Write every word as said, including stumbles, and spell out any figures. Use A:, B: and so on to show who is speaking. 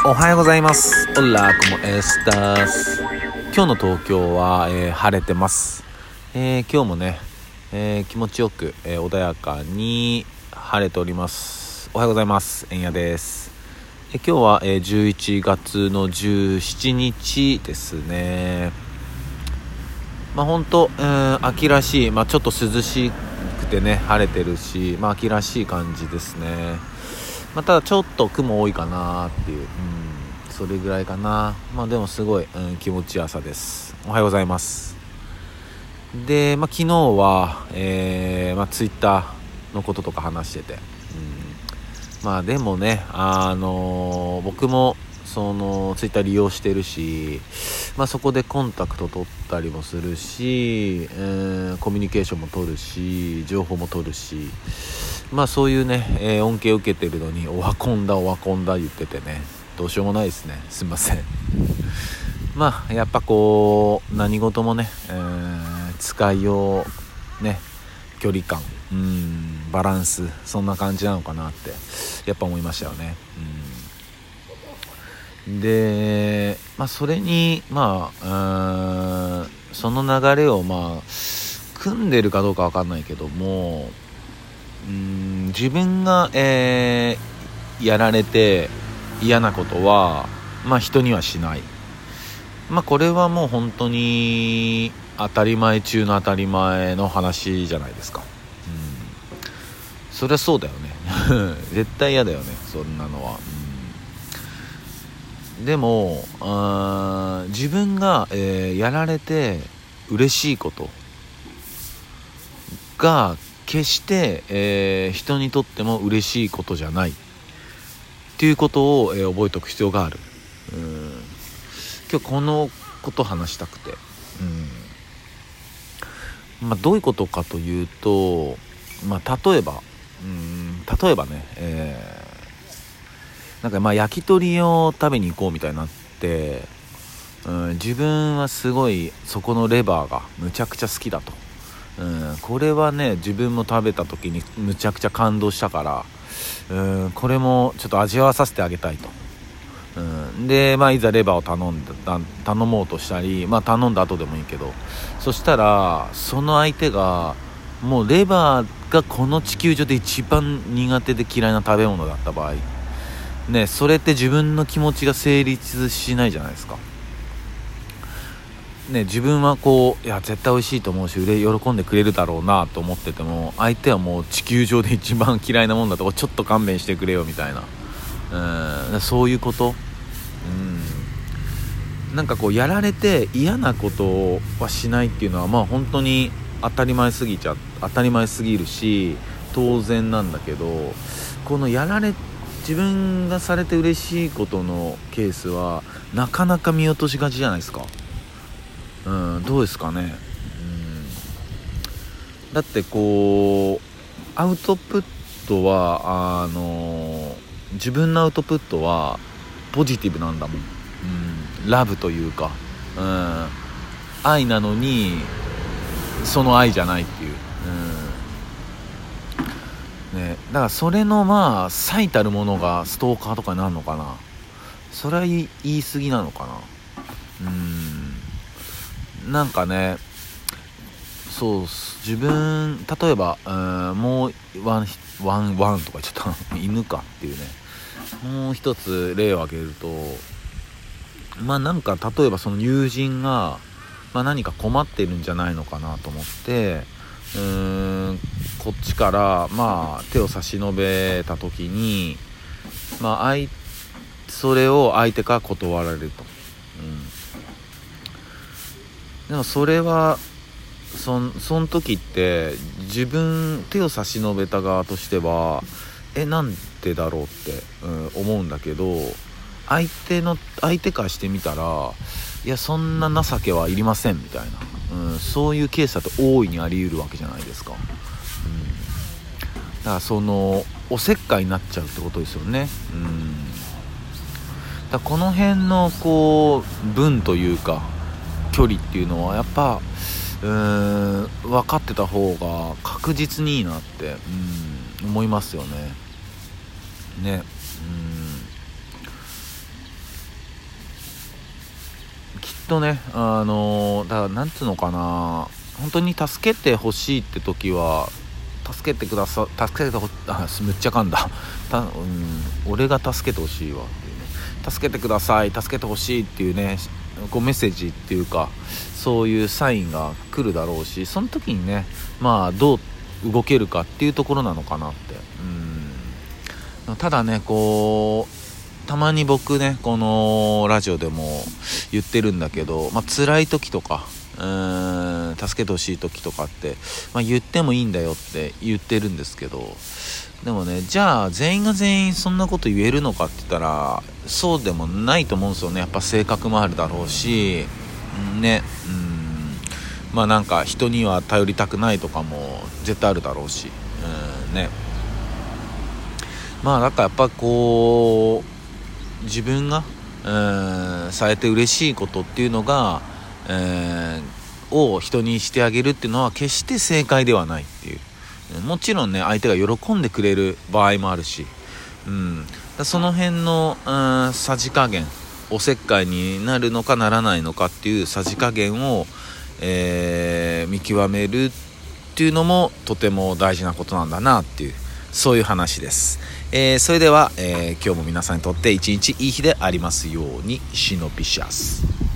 A: おはようございます。オラコモエスタス。今日の東京は、えー、晴れてます。えー、今日もね、えー、気持ちよく、えー、穏やかに晴れております。おはようございます。えんやです。えー、今日は、えー、じゅういちがつのじゅうしちにちですね。まあ本当、えー、秋らしい、まあちょっと涼しくてね晴れてるし、まあ秋らしい感じですね。まあ、ただちょっと雲多いかなっていう、うん、それぐらいかな。まあでもすごい、うん、気持ちいい朝です。おはようございます。で、まあ、昨日は、えーまあ、ツイッターのこととか話してて、うん、まあでもね、あのー、僕もそのツイッター利用してるし、まあ、そこでコンタクト取ったりもするし、えー、コミュニケーションも取るし、情報も取るし、まあそういうね、えー、恩恵を受けてるのにオワコンだオワコンだ言っててね、どうしようもないですね。すいません。まあやっぱこう何事もね、えー、使いようね、距離感、うん、バランス、そんな感じなのかなってやっぱ思いましたよね。うん、で、まあそれにまあその流れをまあ組んでるかどうかわかんないけども、うーん自分が、えー、やられて嫌なことは、まあ、人にはしない。まあこれはもう本当に当たり前中の当たり前の話じゃないですか。うん、そりゃそうだよね絶対嫌だよね、そんなのは。うん、でもあ自分が、えー、やられて嬉しいことが決して、えー、人にとっても嬉しいことじゃないっていうことを、えー、覚えておく必要がある。うん、今日このこと話したくて、うん、まあ、どういうことかというと、まあ、例えば、うん、例えばね、えー、なんかまあ焼き鳥を食べに行こうみたいになって、うん、自分はすごいそこのレバーがむちゃくちゃ好きだと。うん、これはね自分も食べた時にむちゃくちゃ感動したから、うん、これもちょっと味わわさせてあげたいと。うん、で、まあ、いざレバーを頼んだ頼もうとしたり、まあ、頼んだ後でもいいけど、そしたらその相手がもうレバーがこの地球上で一番苦手で嫌いな食べ物だった場合ね、それって自分の気持ちが成立しないじゃないですか。ね、自分はこういや絶対美味しいと思うし喜んでくれるだろうなと思ってても、相手はもう地球上で一番嫌いなもんだと、ちょっと勘弁してくれよみたいな、うん、そういうこと、うん、なんかこうやられて嫌なことはしないっていうのはまあ本当に当たり前すぎちゃ当たり前すぎるし当然なんだけど、このやられ自分がされて嬉しいことのケースはなかなか見落としがちじゃないですか。うん、どうですかね。うん、だってこうアウトプットはあのー、自分のアウトプットはポジティブなんだもん、うん、ラブというか、うん、愛なのにその愛じゃないっていう、うんね、だからそれのまあ最たるものがストーカーとかになるのかな。それは言い過ぎなのかな。うんなんかね、そう自分例えば、うん、もうワンワンワンとかちょっと犬かっていうね、もう一つ例を挙げると、まあなんか例えばその友人が、まあ、何か困ってるんじゃないのかなと思って、うーんこっちからまあ手を差し伸べた時に、まあ相それを相手から断られると。うん、でもそれはそんその時って自分手を差し伸べた側としてはえなんでだろうって、うん、思うんだけど、相手の相手からしてみたらいやそんな情けはいりませんみたいな、うん、そういうケースだと大いにあり得るわけじゃないですか。うん、だからそのおせっかいになっちゃうってことですよね。うん、だからこの辺のこう分というか距離っていうのはやっぱうーん分かってた方が確実にいいなって、うん、思いますよね。ね、 とねあのだからなんつうのかな、本当に助けてほしいって時は助けてくださ助けてほあむっちゃかんだた、うん、俺が助けてほしいわっていうね、助けてください助けてほしいっていうねこうメッセージっていうかそういうサインが来るだろうし、その時にねまあどう動けるかっていうところなのかなって。うんただねこうたまに僕ねこのラジオでも言ってるんだけど、まあ辛い時とかうーん助けてほしい時とかって、まあ、言ってもいいんだよって言ってるんですけど、でもねじゃあ全員が全員そんなこと言えるのかって言ったらそうでもないと思うんですよね。やっぱ性格もあるだろうし、うん、ねうんまあなんか人には頼りたくないとかも絶対あるだろうし、うんねまあだからやっぱこう自分がうんされて嬉しいことっていうのが、えー、を人にしてあげるっていうのは決して正解ではないっていう、もちろんね相手が喜んでくれる場合もあるし、うん、だその辺のうんさじ加減、おせっかいになるのかならないのかっていうさじ加減を、えー、見極めるっていうのもとても大事なことなんだなっていう、そういう話です。えー、それでは、えー、今日も皆さんにとって一日いい日でありますように。シノピシャス。